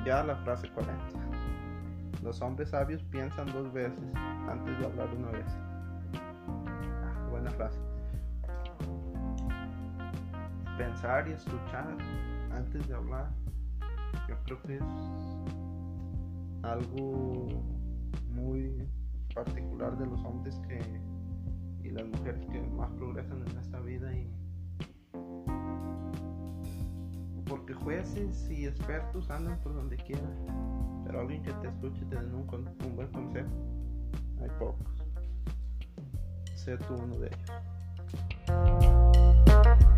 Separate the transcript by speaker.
Speaker 1: ya la frase 40. Los hombres sabios piensan 2 veces antes de hablar una vez. Buena frase. Pensar y escuchar antes de hablar, yo creo que es algo muy particular de los hombres y las mujeres que más progresan en esta vida, y porque jueces y expertos andan por donde quiera, pero alguien que te escuche y te den un buen consejo, hay pocos. Sé tú uno de ellos.